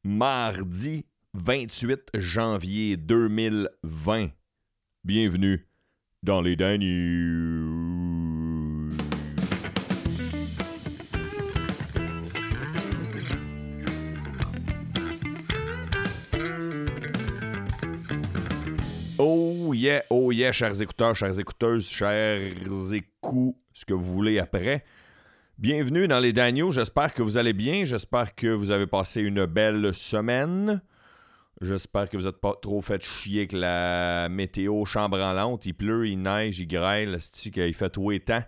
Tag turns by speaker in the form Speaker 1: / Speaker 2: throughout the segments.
Speaker 1: mardi 28 janvier 2020. Bienvenue dans les Daniels. Oh yeah, chers écouteurs, chères écouteuses, chers écous, ce que vous voulez après. Bienvenue dans les Daniels, j'espère que vous allez bien, j'espère que vous avez passé une belle semaine. J'espère que vous n'êtes pas trop fait chier avec la météo chambranlante. Il pleut, il neige, il grêle, il fait tout et temps.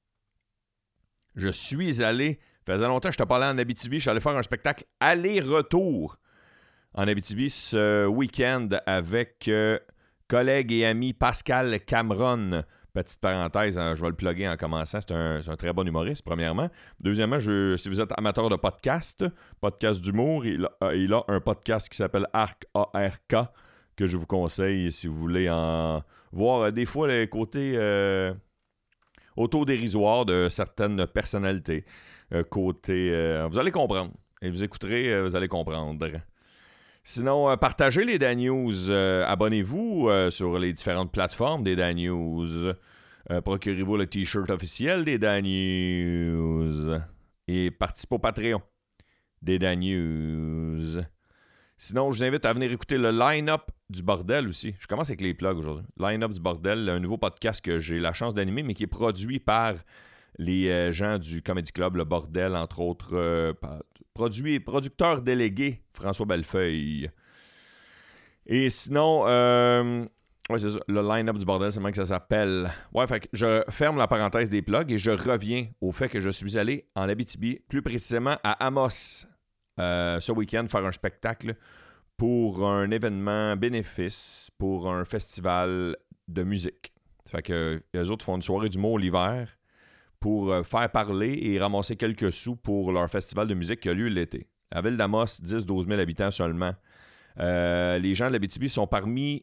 Speaker 1: Je suis allé, faisait longtemps que je t'ai parlé en Abitibi, je suis allé faire un spectacle aller-retour en Abitibi ce week-end avec collègue et ami Pascal Cameron. Petite parenthèse, hein, je vais le plugger en commençant. C'est un très bon humoriste, premièrement. Deuxièmement, si vous êtes amateur de podcast d'humour, il a un podcast qui s'appelle ARK, que je vous conseille si vous voulez en voir des fois les côtés autodérisoires de certaines personnalités. Vous allez comprendre. Et vous écouterez, vous allez comprendre. Sinon, partagez les Dan News. Abonnez-vous sur les différentes plateformes des Dan News. Procurez-vous le t-shirt officiel des Dan News. Et participez au Patreon des Dan News. Sinon, je vous invite à venir écouter le line-up du bordel aussi. Je commence avec les plugs aujourd'hui. Line-up du bordel, un nouveau podcast que j'ai la chance d'animer, mais qui est produit par les gens du Comedy Club, le bordel, entre autres, producteur délégué, François Bellefeuille. Et sinon, c'est ça, le line-up du bordel, c'est même que ça s'appelle. Ouais, fait que je ferme la parenthèse des plugs et je reviens au fait que je suis allé en Abitibi, plus précisément à Amos, ce week-end, faire un spectacle pour un événement bénéfice, pour un festival de musique. Fait que les autres font une soirée d'humour l'hiver pour faire parler et ramasser quelques sous pour leur festival de musique qui a lieu l'été. La ville d'Amos, 10-12 000 habitants seulement. Les gens de l'Abitibi sont parmi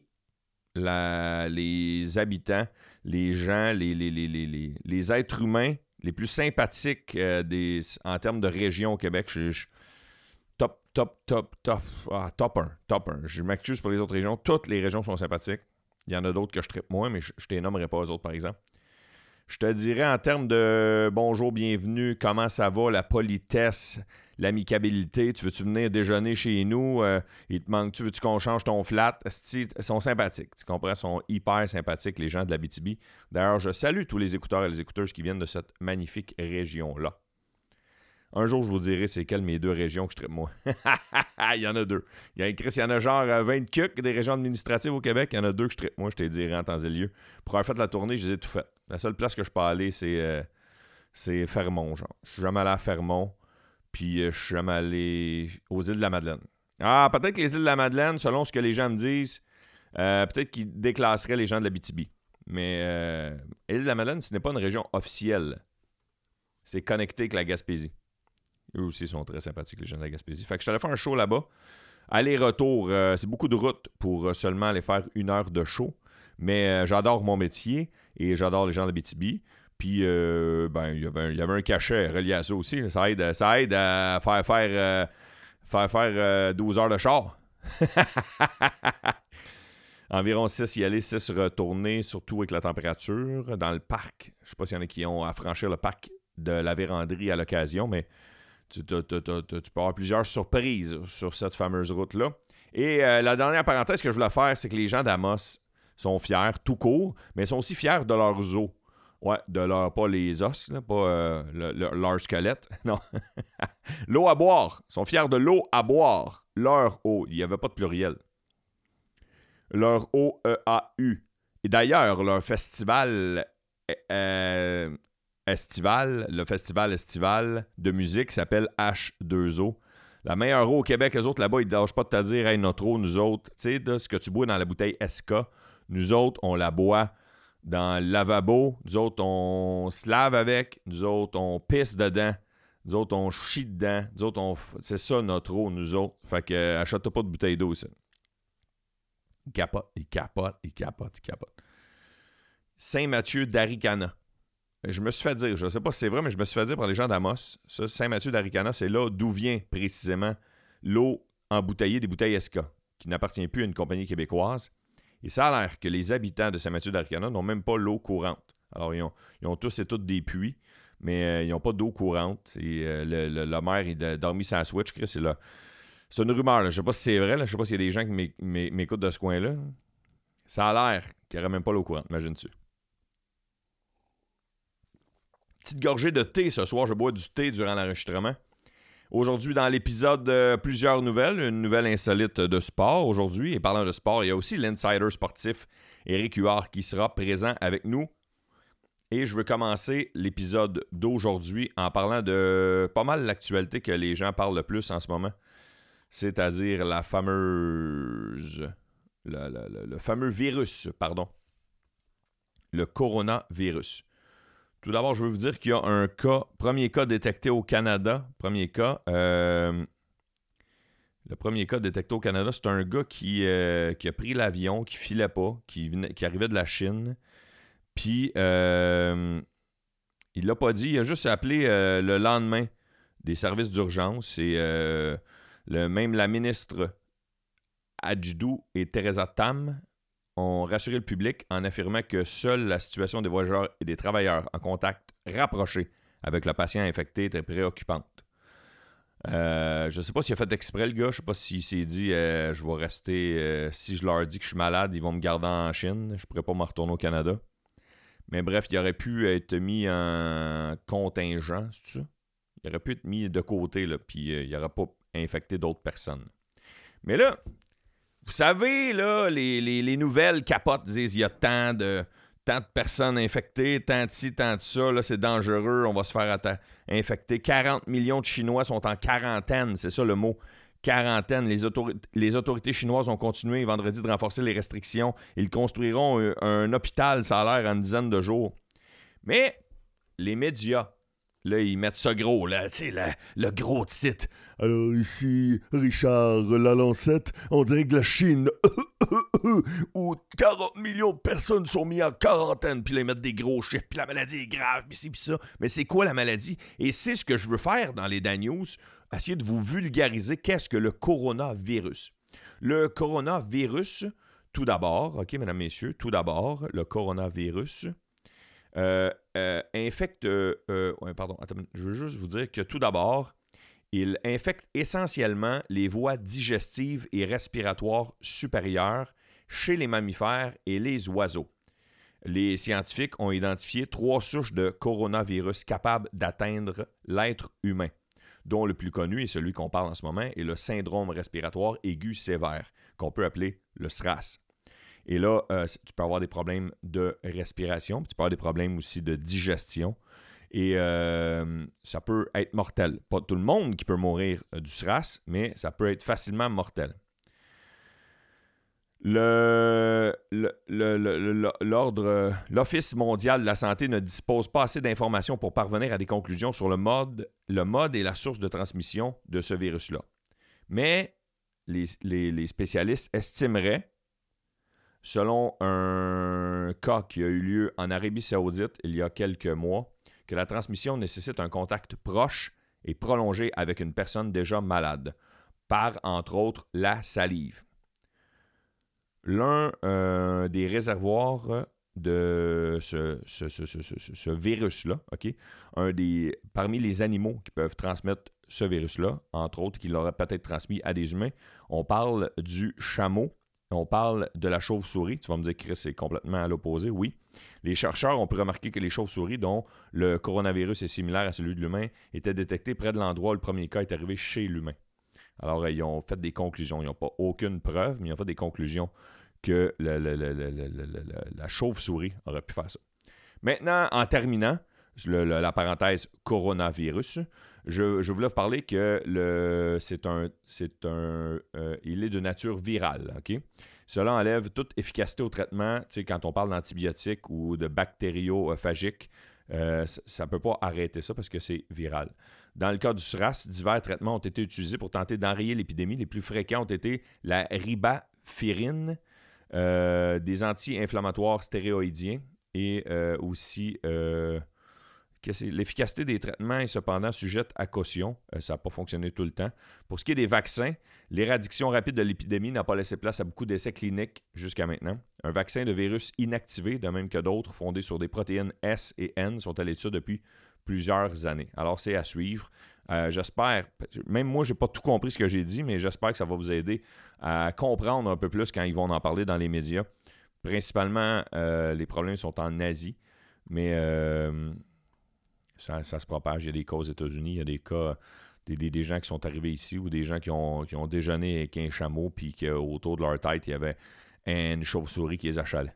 Speaker 1: les habitants, les gens, les êtres humains les plus sympathiques en termes de région au Québec. Top 1. Je m'excuse pour les autres régions. Toutes les régions sont sympathiques. Il y en a d'autres que je trippe moins, mais je ne nommerai pas aux autres, par exemple. Je te dirais en termes de bonjour, bienvenue, comment ça va, la politesse, l'amicabilité, tu veux-tu venir déjeuner chez nous, il te manque, veux-tu qu'on change ton flat, ils sont sympathiques, tu comprends, ils sont hyper sympathiques les gens de l'Abitibi. D'ailleurs, je salue tous les écouteurs et les écouteuses qui viennent de cette magnifique région-là. Un jour, je vous dirai c'est quelles mes deux régions que je traite moi. Il y en a deux. Il y en a genre 20 cucs des régions administratives au Québec. Il y en a deux que je traite moi, je te dirai en temps et lieu. Pour avoir fait la tournée, je les ai tout fait. La seule place que je peux aller, c'est Fermont, genre. Je suis jamais allé à Fermont, puis je suis jamais allé aux îles de la Madeleine. Ah, peut-être que les îles de la Madeleine, selon ce que les gens me disent, peut-être qu'ils déclasseraient les gens de l'Abitibi. Mais l'île de la Madeleine, ce n'est pas une région officielle. C'est connecté avec la Gaspésie. Eux aussi sont très sympathiques, les gens de la Gaspésie. Fait que je suis allé faire un show là-bas. Aller-retour, c'est beaucoup de route pour seulement aller faire 1 heure de show. Mais j'adore mon métier et j'adore les gens de l'Abitibi. Puis, il y avait un cachet relié à ça aussi. Ça aide à faire 12 heures de char. Environ 6 y aller, 6 retourner, surtout avec la température. Dans le parc, je ne sais pas s'il y en a qui ont à franchir le parc de la Vérandrie à l'occasion, mais tu peux avoir plusieurs surprises sur cette fameuse route-là. Et la dernière parenthèse que je voulais faire, c'est que les gens d'Amos sont fiers, tout court, mais ils sont aussi fiers de leurs os. Ouais, pas les os, là, pas leur squelette, non. L'eau à boire. Ils sont fiers de l'eau à boire. Leur eau. Il n'y avait pas de pluriel. Leur O-E-A-U. Et d'ailleurs, leur festival estival, le festival estival de musique s'appelle H2O. La meilleure eau au Québec, eux autres, là-bas, ils ne lâchent pas de te dire « Hey, notre eau, nous autres, tu sais, ce que tu bois dans la bouteille SK, nous autres, on la boit dans le lavabo. Nous autres, on se lave avec. Nous autres, on pisse dedans. Nous autres, on chie dedans. Nous autres, c'est ça notre eau, nous autres. Fait que achète pas de bouteille d'eau ici. » Il capote. Saint-Mathieu d'Aricana. Je me suis fait dire, je ne sais pas si c'est vrai, mais je me suis fait dire par les gens d'Amos, ça, Saint-Mathieu d'Aricana, c'est là d'où vient précisément l'eau embouteiller des bouteilles SK, qui n'appartient plus à une compagnie québécoise. Et ça a l'air que les habitants de Saint-Mathieu-d'Arcana n'ont même pas l'eau courante. Alors, ils ont tous et toutes des puits, mais ils n'ont pas d'eau courante. Et le maire, il a dormi sa switch, Chris. C'est une rumeur. Là. Je ne sais pas si c'est vrai. Là. Je ne sais pas s'il y a des gens qui m'écoutent de ce coin-là. Ça a l'air qu'il n'y aurait même pas l'eau courante, imagine-tu. Petite gorgée de thé ce soir. Je bois du thé durant l'enregistrement. Aujourd'hui, dans l'épisode, plusieurs nouvelles. Une nouvelle insolite de sport aujourd'hui. Et parlant de sport, il y a aussi l'insider sportif Éric Huard qui sera présent avec nous. Et je veux commencer l'épisode d'aujourd'hui en parlant de pas mal l'actualité que les gens parlent le plus en ce moment. C'est-à-dire la fameuse... Le fameux virus, pardon. Le coronavirus. Tout d'abord, je veux vous dire qu'il y a un premier cas détecté au Canada. Le premier cas détecté au Canada, c'est un gars qui a pris l'avion, qui filait pas, qui arrivait de la Chine. Puis, il l'a pas dit, il a juste appelé le lendemain des services d'urgence. Et même la ministre Adjidou et Teresa Tam ont rassuré le public en affirmant que seule la situation des voyageurs et des travailleurs en contact rapproché avec le patient infecté était préoccupante. Je ne sais pas s'il a fait exprès le gars, je ne sais pas s'il s'est dit je vais rester, si je leur dis que je suis malade, ils vont me garder en Chine, je ne pourrais pas me retourner au Canada. Mais bref, il aurait pu être mis en contingent, c'est ça? Il aurait pu être mis de côté, là, puis il n'aurait pas infecté d'autres personnes. Mais là, vous savez, là, les nouvelles capotes disent il y a tant de personnes infectées, tant de ci, tant de ça, là, c'est dangereux, on va se faire infecter. 40 millions de Chinois sont en quarantaine, c'est ça le mot, quarantaine. Les autorités chinoises ont continué vendredi de renforcer les restrictions. Ils construiront un hôpital, ça a l'air, en une dizaine de jours. Mais les médias, là, ils mettent ça gros, là, tu sais, le gros titre. Alors ici, Richard Lalancette, on dirait que la Chine, où 40 millions de personnes sont mises en quarantaine, puis là, ils mettent des gros chiffres, puis la maladie est grave, puis ci, puis ça. Mais c'est quoi la maladie? Et c'est ce que je veux faire dans les Dan News, essayer de vous vulgariser qu'est-ce que le coronavirus. Le coronavirus, tout d'abord, OK, mesdames, messieurs, tout d'abord, le coronavirus... infecte... attends, je veux juste vous dire que tout d'abord, il infecte essentiellement les voies digestives et respiratoires supérieures chez les mammifères et les oiseaux. Les scientifiques ont identifié 3 souches de coronavirus capables d'atteindre l'être humain, dont le plus connu et celui qu'on parle en ce moment est le syndrome respiratoire aigu sévère, qu'on peut appeler le SRAS. Et là, tu peux avoir des problèmes de respiration, puis tu peux avoir des problèmes aussi de digestion. Et ça peut être mortel. Pas tout le monde qui peut mourir du SRAS, mais ça peut être facilement mortel. L'Office mondial de la santé ne dispose pas assez d'informations pour parvenir à des conclusions sur le mode et la source de transmission de ce virus-là. Mais les spécialistes estimeraient, selon un cas qui a eu lieu en Arabie Saoudite il y a quelques mois, que la transmission nécessite un contact proche et prolongé avec une personne déjà malade, par, entre autres, la salive. L'un des réservoirs de ce virus-là, okay, parmi les animaux qui peuvent transmettre ce virus-là, entre autres, qui l'auraient peut-être transmis à des humains, on parle du chameau. On parle de la chauve-souris. Tu vas me dire que c'est complètement à l'opposé. Oui. Les chercheurs ont pu remarquer que les chauves-souris, dont le coronavirus est similaire à celui de l'humain, étaient détectés près de l'endroit où le premier cas est arrivé chez l'humain. Alors, ils ont fait des conclusions. Ils n'ont pas aucune preuve, mais ils ont fait des conclusions que la chauve-souris aurait pu faire ça. Maintenant, en terminant, la parenthèse coronavirus, je voulais vous parler que il est de nature virale. Okay? Cela enlève toute efficacité au traitement. Quand on parle d'antibiotiques ou de bactériophagiques, ça ne peut pas arrêter ça parce que c'est viral. Dans le cas du SRAS, divers traitements ont été utilisés pour tenter d'enrayer l'épidémie. Les plus fréquents ont été la ribafirine, des anti-inflammatoires stéroïdiens et aussi... L'efficacité des traitements est cependant sujette à caution. Ça n'a pas fonctionné tout le temps. Pour ce qui est des vaccins, l'éradication rapide de l'épidémie n'a pas laissé place à beaucoup d'essais cliniques jusqu'à maintenant. Un vaccin de virus inactivé, de même que d'autres, fondés sur des protéines S et N, sont à l'étude depuis plusieurs années. Alors, c'est à suivre. J'espère, même moi, je n'ai pas tout compris ce que j'ai dit, mais j'espère que ça va vous aider à comprendre un peu plus quand ils vont en parler dans les médias. Principalement, les problèmes sont en Asie, mais ça se propage. Il y a des cas aux États-Unis, il y a des cas, des gens qui sont arrivés ici ou des gens qui ont déjeuné avec un chameau puis qu'autour de leur tête, il y avait une chauve-souris qui les achalait.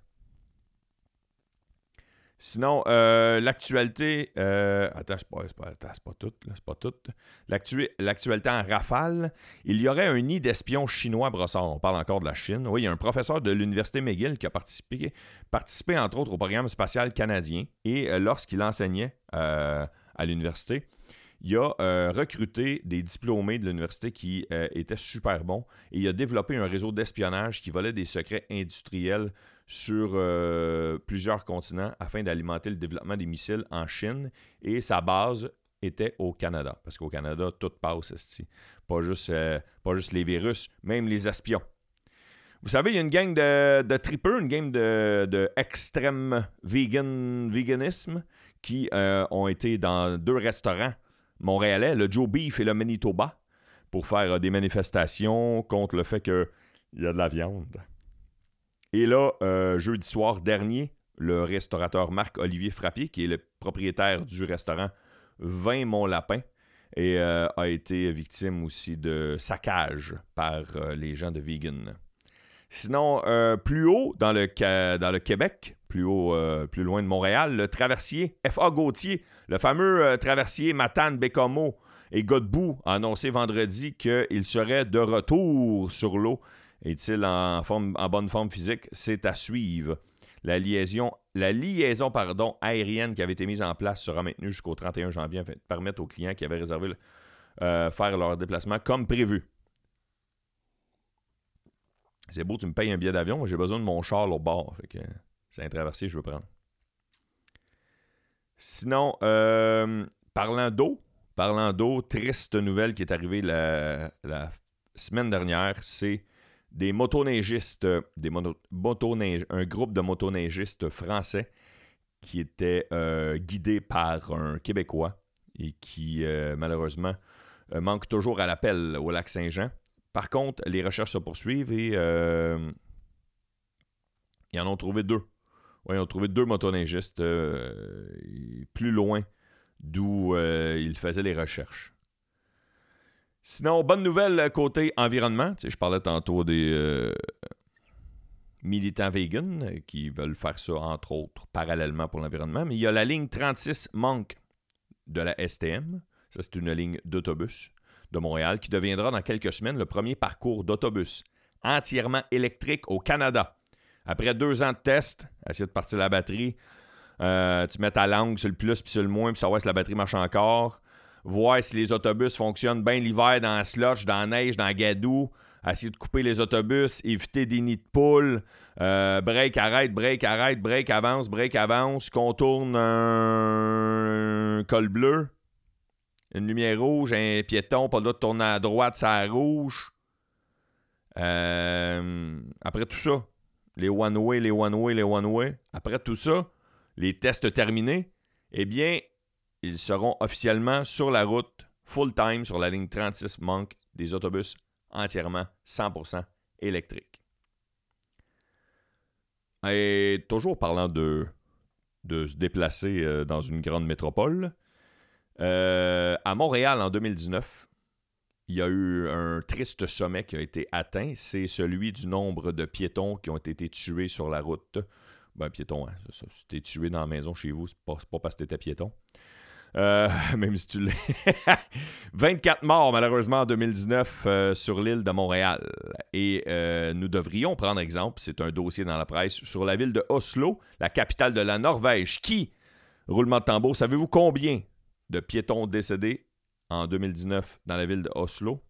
Speaker 1: Sinon, l'actualité... attends, c'est pas tout. Là, c'est pas tout. L'actualité en rafale. Il y aurait un nid d'espions chinois à Brossard. On parle encore de la Chine. Oui, il y a un professeur de l'Université McGill qui a participé entre autres au programme spatial canadien. Et lorsqu'il enseignait à l'université, il a recruté des diplômés de l'université qui étaient super bons. Et il a développé un réseau d'espionnage qui volait des secrets industriels sur plusieurs continents afin d'alimenter le développement des missiles en Chine. Et sa base était au Canada. Parce qu'au Canada, tout passe ici. Pas juste les virus, même les espions. Vous savez, il y a une gang de tripeurs, une gang de extrême véganisme qui ont été dans 2 restaurants montréalais, le Joe Beef et le Manitoba, pour faire des manifestations contre le fait qu'il y a de la viande. Et là, jeudi soir dernier, le restaurateur Marc-Olivier Frappier, qui est le propriétaire du restaurant Vin Mon Lapin, et a été victime aussi de saccage par les gens de Vegan. Sinon, plus haut dans le Québec, plus loin de Montréal, le traversier F.A. Gauthier, le fameux traversier Matane-Bécomo et Godbout, a annoncé vendredi qu'il serait de retour sur l'eau. Est-il en bonne forme physique? C'est à suivre. La liaison aérienne qui avait été mise en place sera maintenue jusqu'au 31 janvier afin de permettre aux clients qui avaient réservé faire leur déplacement comme prévu. C'est beau, tu me payes un billet d'avion, j'ai besoin de mon char au bord. Fait que c'est un traversier que je veux prendre. Sinon, parlant d'eau, triste nouvelle qui est arrivée la semaine dernière, c'est des motoneigistes, un groupe de motoneigistes français qui était guidé par un Québécois et qui, malheureusement, manque toujours à l'appel au lac Saint-Jean. Par contre, les recherches se poursuivent et ils en ont trouvé 2. Oui, ils ont trouvé 2 motoneigistes plus loin d'où ils faisaient les recherches. Sinon, bonne nouvelle côté environnement. Tu sais, je parlais tantôt des militants véganes qui veulent faire ça, entre autres, parallèlement pour l'environnement. Mais il y a la ligne 36 manque de la STM. Ça, c'est une ligne d'autobus de Montréal qui deviendra dans quelques semaines le premier parcours d'autobus entièrement électrique au Canada. Après 2 ans de tests, essayer de partir la batterie, tu mets ta langue sur le plus puis sur le moins puis savoir si la batterie marche encore. Voir si les autobus fonctionnent bien l'hiver dans la slush, dans la neige, dans la gadoue. Essayer de couper les autobus, éviter des nids de poules. Break, arrête, break, avance. Contourne un col bleu. Une lumière rouge, un piéton, pas le droit de tourner à droite, ça rouge. Après tout ça, les one-way. Après tout ça, les tests terminés, eh bien, ils seront officiellement sur la route full-time sur la ligne 36 manque des autobus entièrement 100% électriques. Et toujours parlant de se déplacer dans une grande métropole, à Montréal, en 2019, il y a eu un triste sommet qui a été atteint. C'est celui du nombre de piétons qui ont été tués sur la route. Ben, piéton, hein, ça, si t'es tué dans la maison chez vous, c'est pas parce que t'étais piéton. Même si tu l'es. 24 morts, malheureusement, en 2019 sur l'île de Montréal. Et nous devrions prendre exemple, c'est un dossier dans la presse, sur la ville de Oslo, la capitale de la Norvège, qui, roulement de tambour, savez-vous combien de piétons décédés en 2019 dans la ville de Oslo?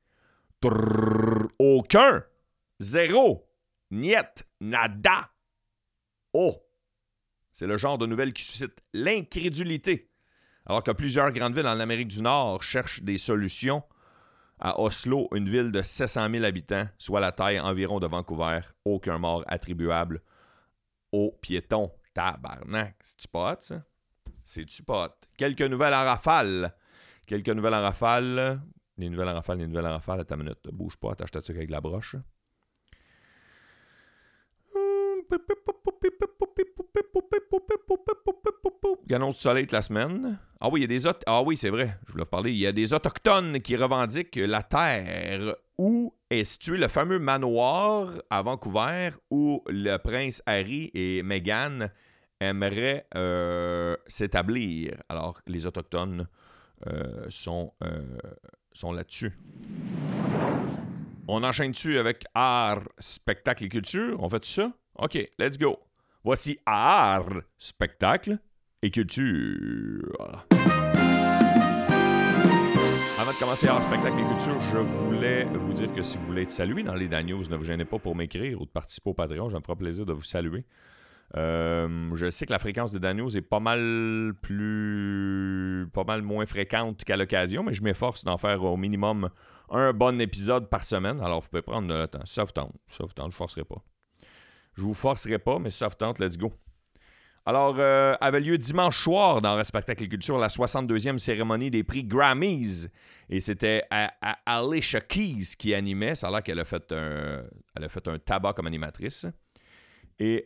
Speaker 1: Aucun! 0! Niet! Nada! Oh! C'est le genre de nouvelle qui suscite l'incrédulité. Alors que plusieurs grandes villes en Amérique du Nord cherchent des solutions, à Oslo, une ville de 700 000 habitants, soit la taille environ de Vancouver, aucun mort attribuable aux piétons. Tabarnak, c'est-tu pas hot, ça? C'est-tu pas hot? Quelques nouvelles en rafale. Les nouvelles en rafale. Attends une minute, bouge pas, attache ta truc avec la broche. Annonce du soleil de la semaine. Ah oui, c'est vrai, je voulais vous parler. Il y a des Autochtones qui revendiquent la terre où est situé le fameux manoir à Vancouver où le prince Harry et Meghan aimeraient s'établir. Alors, les Autochtones sont là-dessus. On enchaîne-tu avec art, spectacle et culture? On fait ça? OK, let's go. Voici art, spectacle et culture. Avant de commencer art, spectacle et culture, je voulais vous dire que si vous voulez être salué dans les Dan News, ne vous gênez pas pour m'écrire ou de participer au Patreon. Ça me fera plaisir de vous saluer. Je sais que la fréquence de Dan News est pas mal moins fréquente qu'à l'occasion, mais je m'efforce d'en faire au minimum un bon épisode par semaine. Alors, vous pouvez prendre le temps. Si ça vous tente, je vous forcerai pas. Je vous forcerai pas, mais si ça vous tente, let's go. Alors, avait lieu dimanche soir dans le spectacle et culture la 62e cérémonie des prix Grammys. Et c'était Alicia Keys qui animait. Ça a l'air qu'elle a fait un tabac comme animatrice. Et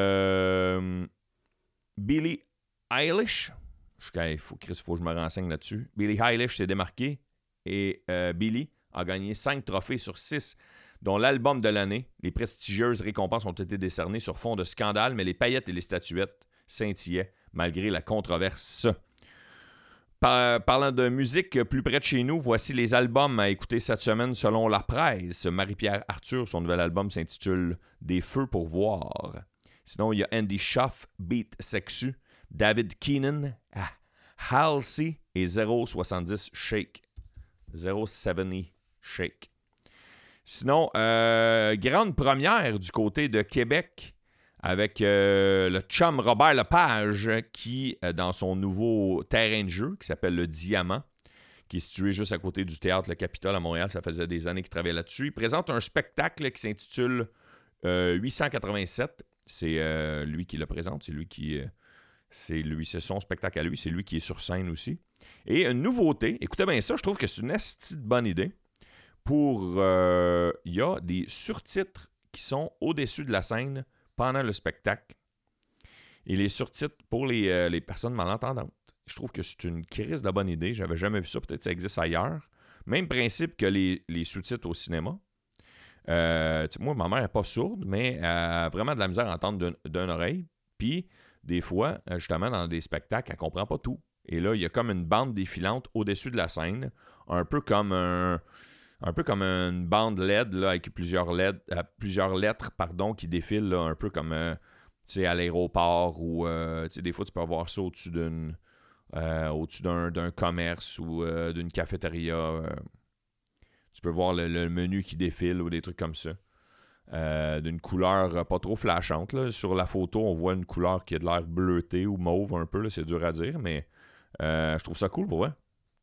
Speaker 1: Billie Eilish, il faut que je me renseigne là-dessus. Billie Eilish s'est démarquée et Billie a gagné 5 trophées sur 6, dont l'album de l'année. Les prestigieuses récompenses ont été décernées sur fond de scandale, mais les paillettes et les statuettes scintillaient malgré la controverse. Parlant de musique plus près de chez nous, voici les albums à écouter cette semaine selon la presse. Marie-Pierre Arthur, son nouvel album s'intitule « Des feux pour voir ». Sinon, il y a Andy Schaff, Beat Sexu, David Keenan, Halsey et 070 Shake. 070 Shake. Sinon, grande première du côté de Québec avec le chum Robert Lepage qui, dans son nouveau terrain de jeu qui s'appelle le Diamant, qui est situé juste à côté du Théâtre Le Capitole à Montréal, ça faisait des années qu'il travaillait là-dessus. Il présente un spectacle qui s'intitule 887. C'est lui qui le présente, c'est son spectacle à lui, c'est lui qui est sur scène aussi. Et une nouveauté, écoutez bien ça, je trouve que c'est une esti de bonne idée. Il y a des surtitres qui sont au-dessus de la scène pendant le spectacle. Et les surtitres pour les personnes malentendantes. Je trouve que c'est une crise de bonne idée. J'avais jamais vu ça. Peut-être que ça existe ailleurs. Même principe que les sous-titres au cinéma. Moi, ma mère n'est pas sourde, mais elle a vraiment de la misère à entendre d'une oreille. Puis, des fois, justement, dans des spectacles, elle ne comprend pas tout. Et là, il y a comme une bande défilante au-dessus de la scène. Un peu comme une bande LED là, avec plusieurs lettres qui défilent, là, un peu comme à l'aéroport ou des fois tu peux avoir ça au-dessus d'un commerce ou d'une cafétéria. Tu peux voir le menu qui défile ou des trucs comme ça. D'une couleur pas trop flashante. Là. Sur la photo, on voit une couleur qui a de l'air bleutée ou mauve un peu. Là, c'est dur à dire, mais je trouve ça cool pour vrai.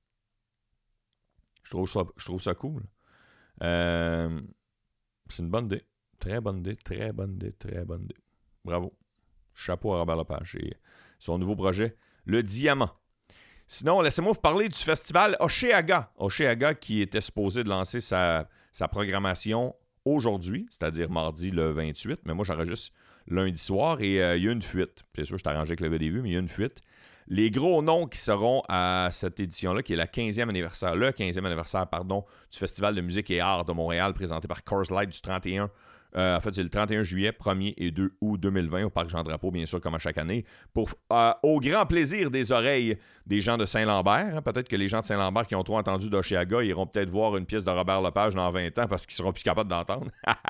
Speaker 1: Je trouve ça cool. C'est une bonne idée. Très bonne idée. Bravo. Chapeau à Robert Lepage et son nouveau projet, le Diamant. Sinon, laissez-moi vous parler du festival Oshéaga. Oshéaga qui était supposé de lancer sa programmation aujourd'hui, c'est-à-dire mardi le 28, mais moi j'enregistre lundi soir et il y a une fuite. C'est sûr, je t'ai arrangé avec le VDV, mais il y a une fuite. Les gros noms qui seront à cette édition-là, qui est le 15e anniversaire du Festival de musique et art de Montréal, présenté par Coors Light du 31. En fait, c'est le 31 juillet, 1er et 2 août 2020 au Parc Jean-Drapeau, bien sûr, comme à chaque année, au grand plaisir des oreilles des gens de Saint-Lambert. Hein. Peut-être que les gens de Saint-Lambert qui ont trop entendu d'Oshéaga iront peut-être voir une pièce de Robert Lepage dans 20 ans parce qu'ils seront plus capables d'entendre.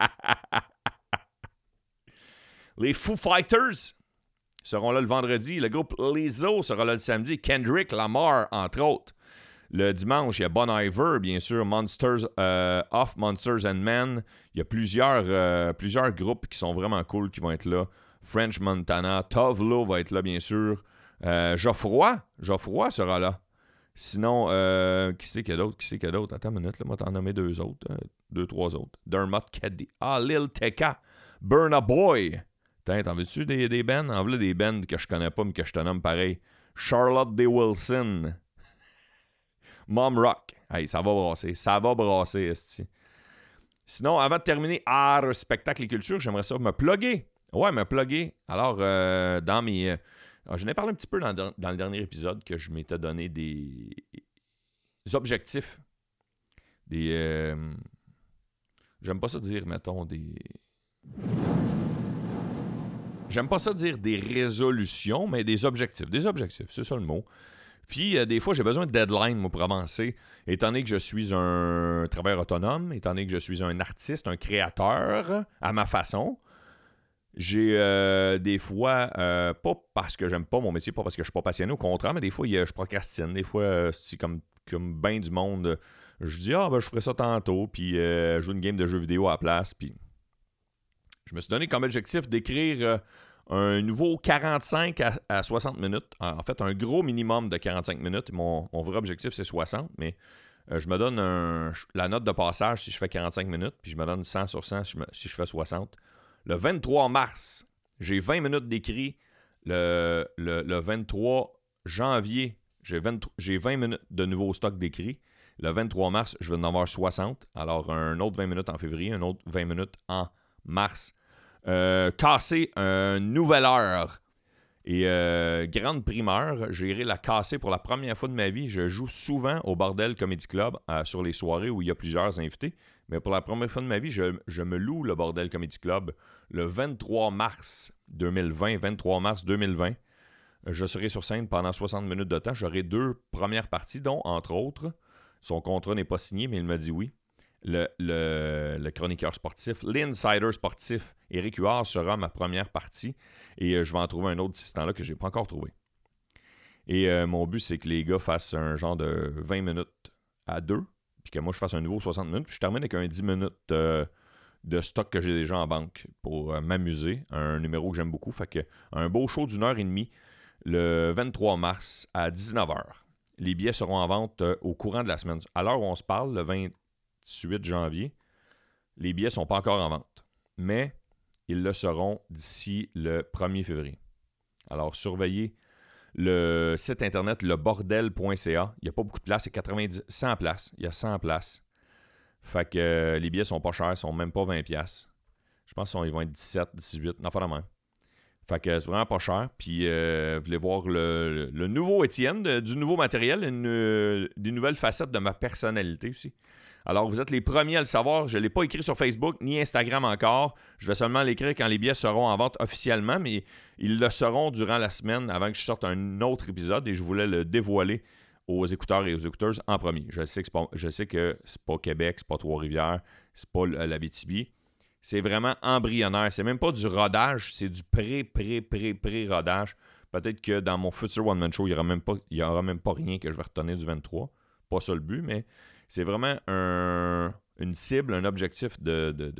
Speaker 1: Les Foo Fighters seront là le vendredi. Le groupe Lizzo sera là le samedi. Kendrick Lamar, entre autres. Le dimanche, il y a Bon Iver, bien sûr. Monsters and Men. Il y a plusieurs groupes qui sont vraiment cool qui vont être là. French Montana. Tove Lo va être là, bien sûr. Geoffroy sera là. Sinon, qui c'est qu'il y a d'autre? Attends une minute, là, moi t'en nommer deux, trois autres. Dermot Caddy. Lil Tecca. Burna Boy. T'en veux-tu des bands? En vrai, des bands que je connais pas, mais que je te nomme pareil. Charlotte D. Wilson. Mom Rock. Hey, ça va brasser, esti. Sinon, avant de terminer, art, spectacle et culture, j'aimerais ça me plugger. Ouais, me plugger. Alors, dans mes... je n'ai parlé un petit peu dans le dernier épisode que je m'étais donné des objectifs. J'aime pas ça dire, mettons, J'aime pas ça dire des résolutions, mais des objectifs. Des objectifs, c'est ça le mot. Puis, des fois, j'ai besoin de deadline, moi, pour avancer. Étant donné que je suis un travailleur autonome, étant donné que je suis un artiste, un créateur, à ma façon, j'ai des fois, pas parce que j'aime pas mon métier, pas parce que je suis pas passionné, au contraire, mais des fois, je procrastine. Des fois, c'est comme bien du monde, je dis, je ferai ça tantôt, puis je joue une game de jeux vidéo à la place, puis je me suis donné comme objectif d'écrire un nouveau 45 à 60 minutes. En fait, un gros minimum de 45 minutes. Mon vrai objectif, c'est 60, mais je me donne la note de passage si je fais 45 minutes, puis je me donne 100 sur 100 si je fais 60. Le 23 mars, j'ai 20 minutes d'écrit. Le 23 janvier, j'ai 20 minutes de nouveau stock d'écrit. Le 23 mars, je vais en avoir 60. Alors, un autre 20 minutes en février, un autre 20 minutes en mars. Casser une nouvelle heure. Et grande primeur, j'irai la casser pour la première fois de ma vie. Je joue souvent au Bordel Comedy Club sur les soirées où il y a plusieurs invités. Mais pour la première fois de ma vie, je me loue le Bordel Comedy Club le 23 mars 2020. Je serai sur scène pendant 60 minutes de temps. J'aurai 2 premières parties, dont, entre autres, son contrat n'est pas signé, mais il m'a dit oui. Le chroniqueur sportif, l'insider sportif, Éric Huard sera ma première partie. Et je vais en trouver un autre d'ici ce temps-là que je n'ai pas encore trouvé. Et mon but, c'est que les gars fassent un genre de 20 minutes à 2, puis que moi, je fasse un nouveau 60 minutes, puis je termine avec un 10 minutes de stock que j'ai déjà en banque pour m'amuser. Un numéro que j'aime beaucoup. Fait que un beau show d'1h30 le 23 mars à 19h. Les billets seront en vente au courant de la semaine. À l'heure où on se parle, le 28 janvier, les billets ne sont pas encore en vente. Mais ils le seront d'ici le 1er février. Alors, surveillez le site internet lebordel.ca. Il n'y a pas beaucoup de places, c'est 100 places. Il y a 100 places. Fait que les billets sont pas chers, ils sont même pas 20$. Je pense qu'ils vont être 17, 18, non, pas la même. Fait que c'est vraiment pas cher. Puis vous voulez voir le nouveau Étienne, du nouveau matériel, des nouvelles facettes de ma personnalité aussi. Alors, vous êtes les premiers à le savoir. Je ne l'ai pas écrit sur Facebook ni Instagram encore. Je vais seulement l'écrire quand les billets seront en vente officiellement, mais ils le seront durant la semaine avant que je sorte un autre épisode et je voulais le dévoiler aux écouteurs et aux écouteuses en premier. Je sais que c'est pas Québec, c'est pas Trois-Rivières, c'est pas l'Abitibi. C'est vraiment embryonnaire. C'est même pas du rodage, c'est du pré-rodage. Peut-être que dans mon futur one-man show, il n'y aura même pas rien que je vais retenir du 23. Pas ça le but, mais c'est vraiment une cible, un objectif de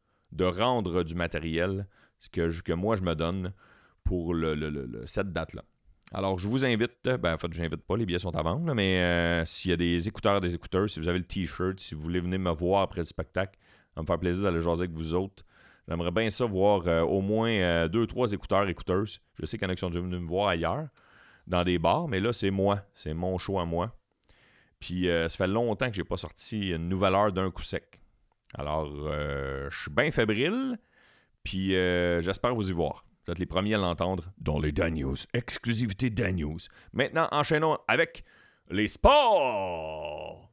Speaker 1: rendre du matériel que moi je me donne pour cette date-là. Alors, je vous invite, en fait, je n'invite pas, les billets sont à vendre, mais s'il y a des écouteurs, des écouteurs, si vous avez le t-shirt, si vous voulez venir me voir après le spectacle, ça va me faire plaisir d'aller jaser avec vous autres. J'aimerais bien ça voir au moins 2-3 écouteurs, écouteuses. Je sais qu'il y en a qui sont déjà venus me voir ailleurs, dans des bars, mais là, c'est moi. C'est mon show à moi. Puis, ça fait longtemps que j'ai pas sorti une nouvelle heure d'un coup sec. Alors, je suis bien fébrile, puis j'espère vous y voir. Vous êtes les premiers à l'entendre dans les Dan News. Exclusivité Dan News. Maintenant, enchaînons avec les sports.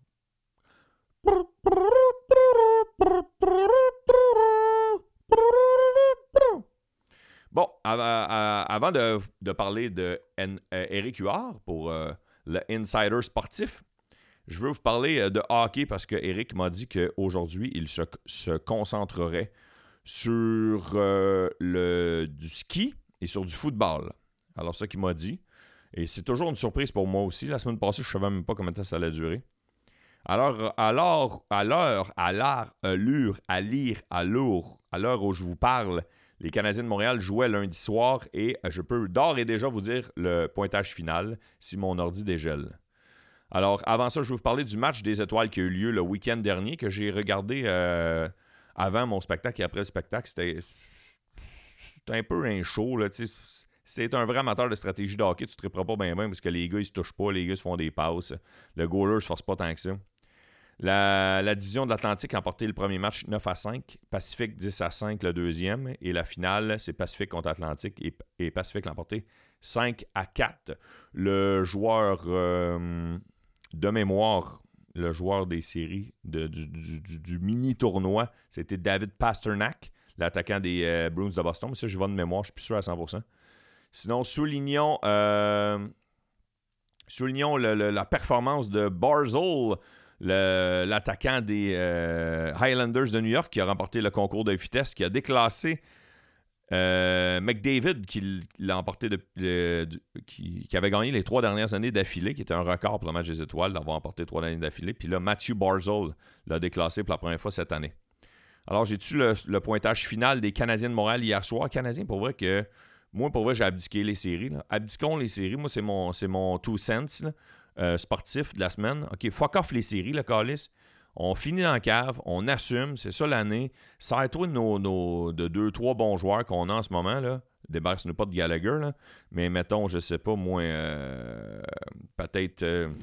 Speaker 1: Bon, avant de parler de Éric Huard pour le Insider sportif, je veux vous parler de hockey parce que Éric m'a dit qu'aujourd'hui, il se concentrerait sur du ski et sur du football. Alors, ça qu'il m'a dit. Et c'est toujours une surprise pour moi aussi. La semaine passée, je ne savais même pas combien de temps ça allait durer. Alors, à l'heure où je vous parle, Les Canadiens de Montréal jouaient lundi soir et je peux d'ores et déjà vous dire le pointage final si mon ordi dégèle. Alors, avant ça, je vais vous parler du match des étoiles qui a eu lieu le week-end dernier, que j'ai regardé avant mon spectacle et après le spectacle. C'était un peu un show, là, tu sais. C'est un vrai amateur de stratégie de hockey, tu ne triperas pas bien parce que les gars, ils se touchent pas, les gars se font des passes. Le goaler ne se force pas tant que ça. La division de l'Atlantique a emporté le premier match 9-5, Pacifique 10-5 le deuxième, et la finale, c'est Pacifique contre Atlantique, et Pacifique l'a emporté 5-4. Le joueur de mémoire, le joueur des séries du mini-tournoi, c'était David Pastrnak, l'attaquant des Bruins de Boston. Mais ça, je vais de mémoire, je suis plus sûr à 100%. Sinon, soulignons la performance de Barzal, l'attaquant des Highlanders de New York, qui a remporté le concours de vitesse, qui a déclassé McDavid, qui l'a emporté qui avait gagné les 3 dernières années d'affilée, qui était un record pour le match des étoiles, d'avoir emporté 3 années d'affilée. Puis là, Matthew Barzal l'a déclassé pour la première fois cette année. Alors, j'ai-tu le pointage final des Canadiens de Montréal hier soir? Canadiens, pour vrai que... Moi, pour vrai, j'ai abdiqué les séries. Là. Abdiquons les séries. Moi, c'est mon 2 cents sportif de la semaine. OK, fuck off les séries, le calice. On finit dans la cave, on assume, c'est ça l'année. Sers-toi de 2-3 bons joueurs qu'on a en ce moment. Là. Débarrasse-nous pas de Gallagher. Là. Mais mettons, je sais pas, moi, peut-être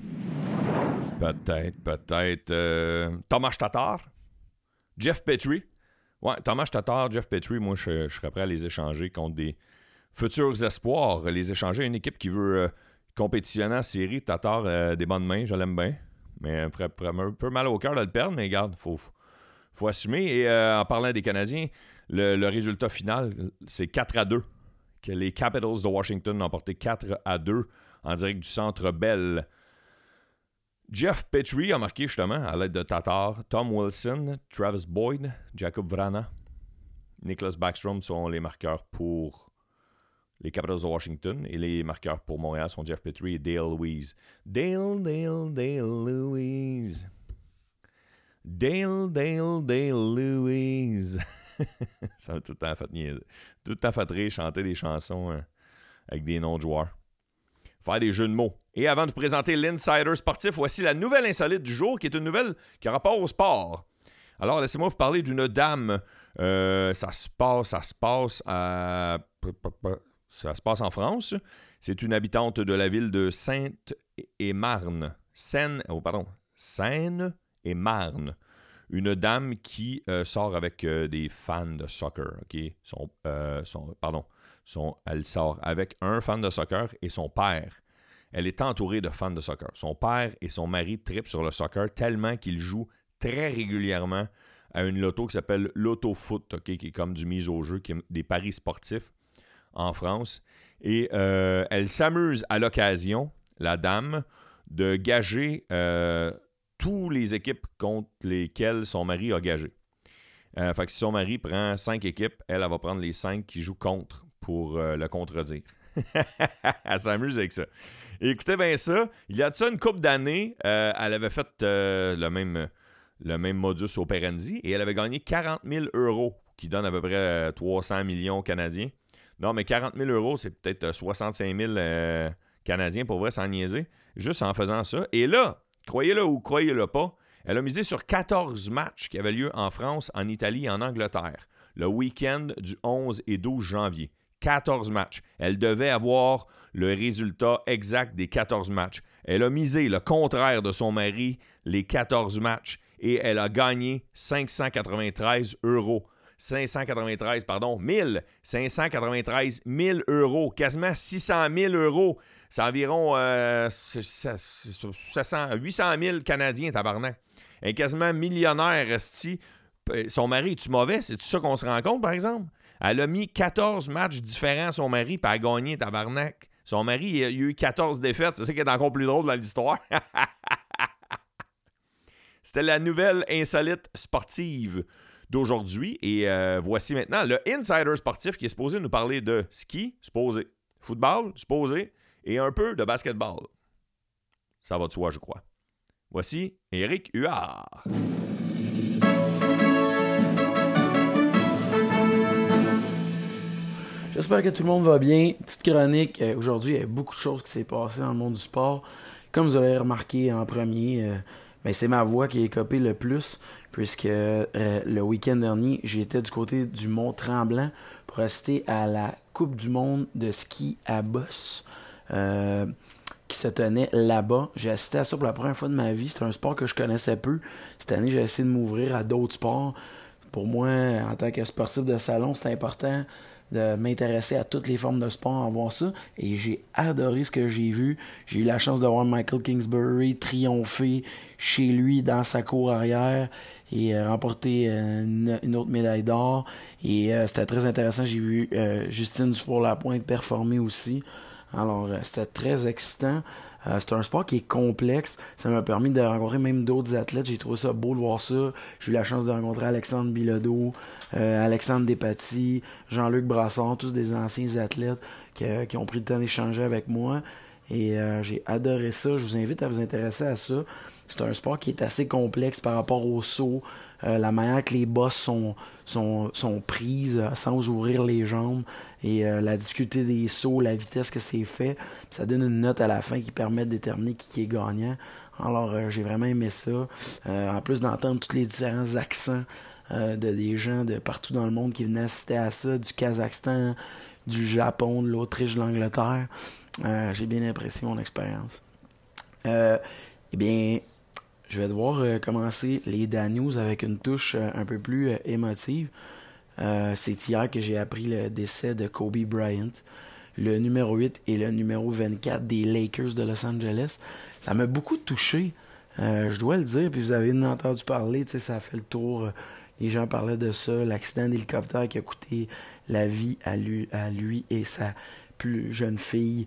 Speaker 1: Tomas Tatar, Jeff Petrie. Ouais, Tomas Tatar, Jeff Petrie, moi, je serais prêt à les échanger contre des futurs espoirs. Les échanger à une équipe qui veut compétitionner en série. Tatar, des bonnes mains, je l'aime bien. Mais ferait un peu mal au cœur de le perdre, mais regarde, faut assumer. Et en parlant des Canadiens, le résultat final, c'est 4-2. Que les Capitals de Washington ont emporté 4-2 en direct du Centre Bell. Jeff Petrie a marqué justement à l'aide de Tatar, Tom Wilson, Travis Boyd, Jacob Vrana, Nicholas Backstrom sont les marqueurs pour les Capitals de Washington. Et les marqueurs pour Montréal sont Jeff Petrie et Dale Louise. Dale Louise. Dale Louise. Ça m'a tout le temps fait niaiser. Tout le temps fait rire, chanter des chansons avec des noms de joueurs. Faire des jeux de mots. Et avant de vous présenter l'Insider sportif, voici la nouvelle insolite du jour, qui est une nouvelle qui a rapport au sport. Alors, laissez-moi vous parler d'une dame. Ça se passe en France. C'est une habitante de la ville de Seine-et-Marne. Seine-et-Marne. Une dame qui sort avec des fans de soccer. Okay? Elle sort avec un fan de soccer et son père. Elle est entourée de fans de soccer. Son père et son mari trippent sur le soccer tellement qu'ils jouent très régulièrement à une loto qui s'appelle l'auto-foot, okay, qui est comme du mise au jeu, qui est des paris sportifs en France. Et elle s'amuse à l'occasion, la dame, de gager toutes les équipes contre lesquelles son mari a gagé. Fait que si son mari prend 5 équipes, elle va prendre les 5 qui jouent contre pour le contredire. Elle s'amuse avec ça. Et écoutez bien ça, il y a de ça une couple d'années, elle avait fait le même modus operandi et elle avait gagné 40 000 €, qui donne à peu près 300 millions canadiens. Non, mais 40 000 €, c'est peut-être 65 000 canadiens, pour vrai, sans niaiser, juste en faisant ça. Et là, croyez-le ou croyez-le pas, elle a misé sur 14 matchs qui avaient lieu en France, en Italie et en Angleterre, le week-end du 11 et 12 janvier. 14 matchs. Elle devait avoir le résultat exact des 14 matchs. Elle a misé le contraire de son mari, les 14 matchs, et elle a gagné 593 €. 593 000 €, quasiment 600 000 €. C'est environ 800 000 Canadiens, tabarnak. Elle est quasiment millionnaire, esti. Son mari, est-tu mauvais? C'est-tu ça qu'on se rend compte, par exemple? Elle a mis 14 matchs différents à son mari, puis elle a gagné, tabarnak. Son mari, il a eu 14 défaites. C'est ça qui est encore plus drôle dans l'histoire. C'était la nouvelle insolite sportive d'aujourd'hui. Et voici maintenant le Insider sportif qui est supposé nous parler de ski, supposé, football, supposé, et un peu de basketball. Ça va de soi, je crois. Voici Éric Huard.
Speaker 2: J'espère que tout le monde va bien. Petite chronique. Aujourd'hui, il y a beaucoup de choses qui s'est passées dans le monde du sport. Comme vous avez remarqué en premier, c'est ma voix qui est copée le plus, puisque le week-end dernier, j'étais du côté du Mont-Tremblant pour assister à la Coupe du monde de ski à bosse qui se tenait là-bas. J'ai assisté à ça pour la première fois de ma vie. C'est un sport que je connaissais peu. Cette année, j'ai essayé de m'ouvrir à d'autres sports. Pour moi, en tant que sportif de salon, c'est important de m'intéresser à toutes les formes de sport, en voir ça. Et j'ai adoré ce que j'ai vu. J'ai eu la chance de voir Michael Kingsbury triompher chez lui dans sa cour arrière et remporter une autre médaille d'or. Et c'était très intéressant. J'ai vu Justine Dufour-Lapointe performer aussi. Alors, c'était très excitant. C'est un sport qui est complexe. Ça m'a permis de rencontrer même d'autres athlètes. J'ai trouvé ça beau de voir ça. J'ai eu la chance de rencontrer Alexandre Bilodeau, Alexandre Despatie, Jean-Luc Brassard, tous des anciens athlètes qui ont pris le temps d'échanger avec moi. Et j'ai adoré ça. Je vous invite à vous intéresser à ça. C'est un sport qui est assez complexe par rapport au saut. La manière que les bosses sont prises sans ouvrir les jambes et la difficulté des sauts, la vitesse que c'est fait. Ça donne une note à la fin qui permet de déterminer qui est gagnant. Alors j'ai vraiment aimé ça. En plus d'entendre tous les différents accents de des gens de partout dans le monde qui venaient assister à ça, du Kazakhstan, du Japon, de l'Autriche, de l'Angleterre. J'ai bien apprécié mon expérience. Eh bien, je vais devoir commencer les Dan News avec une touche un peu plus émotive. C'est hier que j'ai appris le décès de Kobe Bryant, le numéro 8 et le numéro 24 des Lakers de Los Angeles. Ça m'a beaucoup touché, je dois le dire, puis vous avez entendu parler, ça a fait le tour. Les gens parlaient de ça, l'accident d'hélicoptère qui a coûté la vie à lui et sa plus jeune fille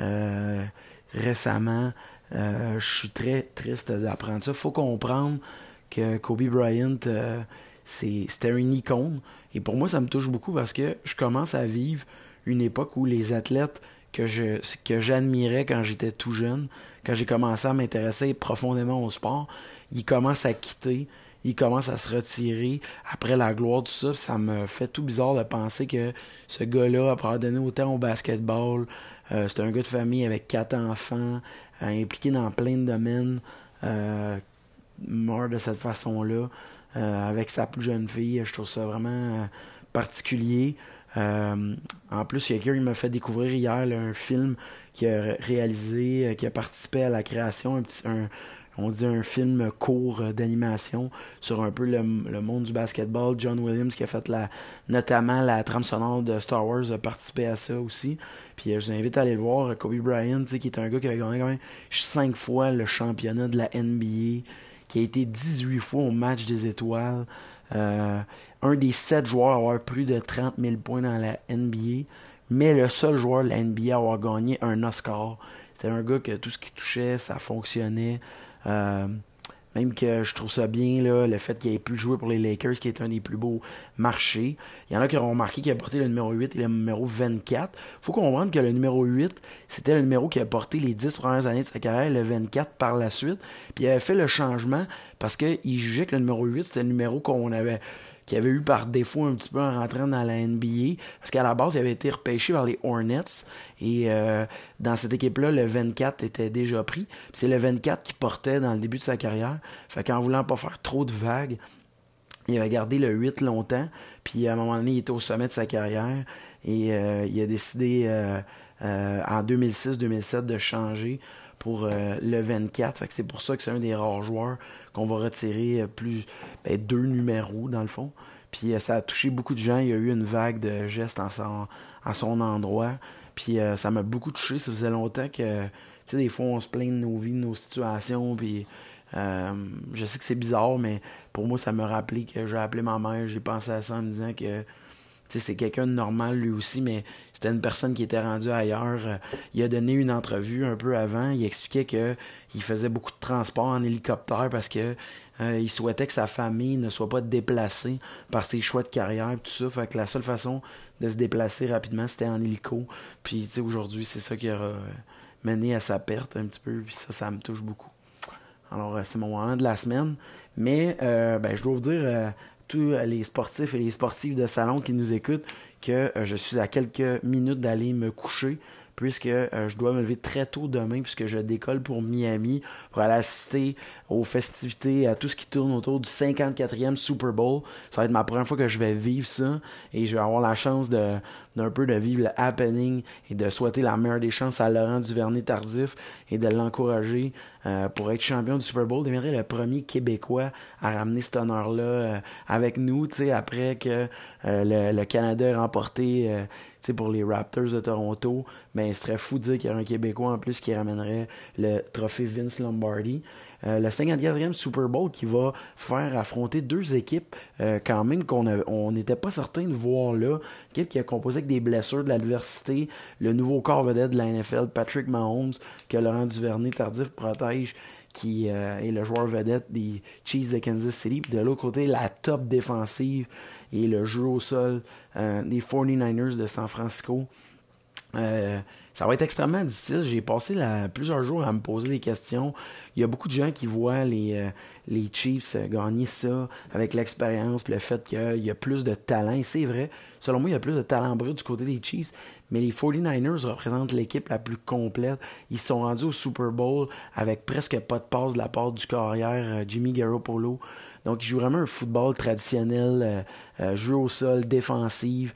Speaker 2: récemment. Je suis très triste d'apprendre ça. Faut comprendre que Kobe Bryant, c'était une icône. Et pour moi, ça me touche beaucoup parce que je commence à vivre une époque où les athlètes que j'admirais quand j'étais tout jeune, quand j'ai commencé à m'intéresser profondément au sport, ils commencent à quitter, ils commencent à se retirer après la gloire, tout ça. Ça me fait tout bizarre de penser que ce gars-là, après avoir donné autant au basketball, c'est un gars de famille avec 4 enfants, impliqué dans plein de domaines, meurt de cette façon-là, avec sa plus jeune fille. Je trouve ça vraiment particulier. En plus, il y a quelqu'un qui m'a fait découvrir hier là, un film qui a réalisé, qui a participé à la création, on dit un film court d'animation sur un peu le monde du basketball. John Williams qui a fait notamment la trame sonore de Star Wars a participé à ça aussi. Puis je vous invite à aller le voir. Kobe Bryant, qui est un gars qui avait gagné quand même 5 fois le championnat de la NBA, qui a été 18 fois au match des étoiles. Un des 7 joueurs à avoir plus de 30 000 points dans la NBA, mais le seul joueur de la NBA à avoir gagné un Oscar. C'était un gars que tout ce qu'il touchait, ça fonctionnait. Même que je trouve ça bien, là, le fait qu'il ait pu jouer pour les Lakers, qui est un des plus beaux marchés. Il y en a qui auront remarqué qu'il a porté le numéro 8 et le numéro 24. Faut comprendre que le numéro 8, c'était le numéro qu'il a porté les 10 premières années de sa carrière, le 24 par la suite. Puis il avait fait le changement parce qu'il jugeait que le numéro 8, c'était le numéro qu'il avait eu par défaut un petit peu en rentrant dans la NBA, parce qu'à la base, il avait été repêché par les Hornets, et dans cette équipe-là, le 24 était déjà pris. Puis c'est le 24 qu'il portait dans le début de sa carrière. Fait qu'en voulant pas faire trop de vagues, il avait gardé le 8 longtemps, puis à un moment donné, il était au sommet de sa carrière, et il a décidé en 2006-2007 de changer pour le 24. Fait que c'est pour ça que c'est un des rares joueurs qu'on va retirer deux numéros dans le fond. Puis ça a touché beaucoup de gens. Il y a eu une vague de gestes en son endroit. Puis ça m'a beaucoup touché. Ça faisait longtemps que, tu sais, des fois on se plaint de nos vies, de nos situations. Puis je sais que c'est bizarre, mais pour moi ça m'a rappelé que j'ai appelé ma mère. J'ai pensé à ça en me disant que c'est quelqu'un de normal lui aussi, mais c'était une personne qui était rendue ailleurs. Il a donné une entrevue un peu avant. Il expliquait qu'il faisait beaucoup de transport en hélicoptère parce que il souhaitait que sa famille ne soit pas déplacée par ses choix de carrière et tout ça. Fait que la seule façon de se déplacer rapidement, c'était en hélico. Puis aujourd'hui, c'est ça qui a mené à sa perte un petit peu. Puis ça me touche beaucoup. Alors, c'est mon moment de la semaine. Mais, je dois vous dire, tous les sportifs et les sportives de salon qui nous écoutent que je suis à quelques minutes d'aller me coucher, puisque je dois me lever très tôt demain, puisque je décolle pour Miami, pour aller assister aux festivités, à tout ce qui tourne autour du 54e Super Bowl. Ça va être ma première fois que je vais vivre ça, et je vais avoir la chance d'un peu de vivre le happening, et de souhaiter la meilleure des chances à Laurent Duvernay-Tardif, et de l'encourager pour être champion du Super Bowl. Deviendrait le premier Québécois à ramener cet honneur-là avec nous, tu sais, après que le Canada ait remporté pour les Raptors de Toronto. Mais ce serait fou de dire qu'il y aurait un Québécois en plus qui ramènerait le trophée Vince Lombardi. Le 54e Super Bowl qui va faire affronter deux équipes quand même qu'on n'était pas certain de voir là. Une équipe qui est composée avec des blessures, de l'adversité, le nouveau corps vedette de la NFL, Patrick Mahomes, que Laurent Duvernay-Tardif protège, qui est le joueur vedette des Chiefs de Kansas City. Puis de l'autre côté, la top défensive et le jeu au sol des 49ers de San Francisco. Ça va être extrêmement difficile. J'ai passé plusieurs jours à me poser des questions. Il y a beaucoup de gens qui voient les Chiefs gagner ça avec l'expérience et le fait qu'il y a plus de talent. Et c'est vrai, selon moi, il y a plus de talent brut du côté des Chiefs. Mais les 49ers représentent l'équipe la plus complète. Ils se sont rendus au Super Bowl avec presque pas de passe de la part du carrière Jimmy Garoppolo. Donc, ils jouent vraiment un football traditionnel, jeu au sol, défensif.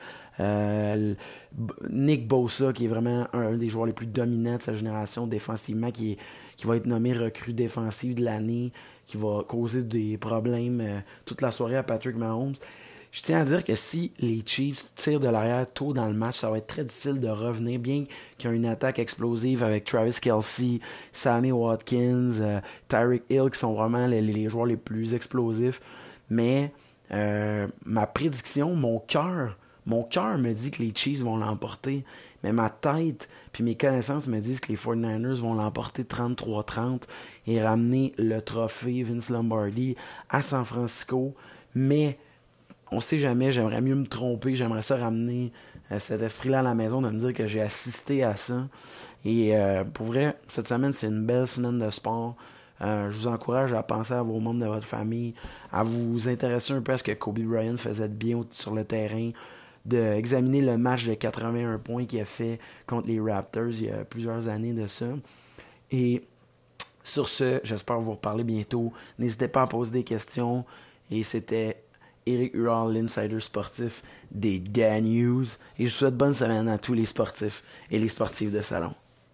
Speaker 2: Nick Bosa, qui est vraiment un des joueurs les plus dominants de sa génération défensivement, qui va être nommé recrue défensive de l'année, qui va causer des problèmes toute la soirée à Patrick Mahomes. Je tiens à dire que si les Chiefs tirent de l'arrière tôt dans le match, ça va être très difficile de revenir, bien qu'il y ait une attaque explosive avec Travis Kelce, Sammy Watkins, Tyreek Hill, qui sont vraiment les joueurs les plus explosifs. Mais ma prédiction, mon cœur me dit que les Chiefs vont l'emporter, mais ma tête puis mes connaissances me disent que les 49ers vont l'emporter 33-30 et ramener le trophée Vince Lombardi à San Francisco. Mais on sait jamais, j'aimerais mieux me tromper, j'aimerais ça ramener cet esprit-là à la maison, de me dire que j'ai assisté à ça. Et pour vrai, cette semaine, c'est une belle semaine de sport. Je vous encourage à penser à vos membres de votre famille, à vous intéresser un peu à ce que Kobe Bryant faisait de bien sur le terrain, d'examiner le match de 81 points qu'il a fait contre les Raptors il y a plusieurs années de ça. Et sur ce, j'espère vous reparler bientôt. N'hésitez pas à poser des questions. Et c'était Éric Huard, l'insider sportif des Dan News. Et je vous souhaite bonne semaine à tous les sportifs et les sportifs de salon.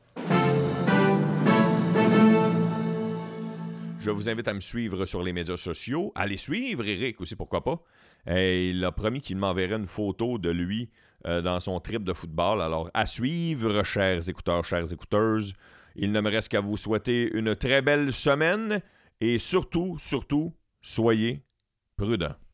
Speaker 1: Je vous invite à me suivre sur les médias sociaux. Allez suivre Éric aussi, pourquoi pas. Il a promis qu'il m'enverrait une photo de lui dans son trip de football. Alors, à suivre, chers écouteurs, chères écouteuses. Il ne me reste qu'à vous souhaiter une très belle semaine et surtout, soyez prudents.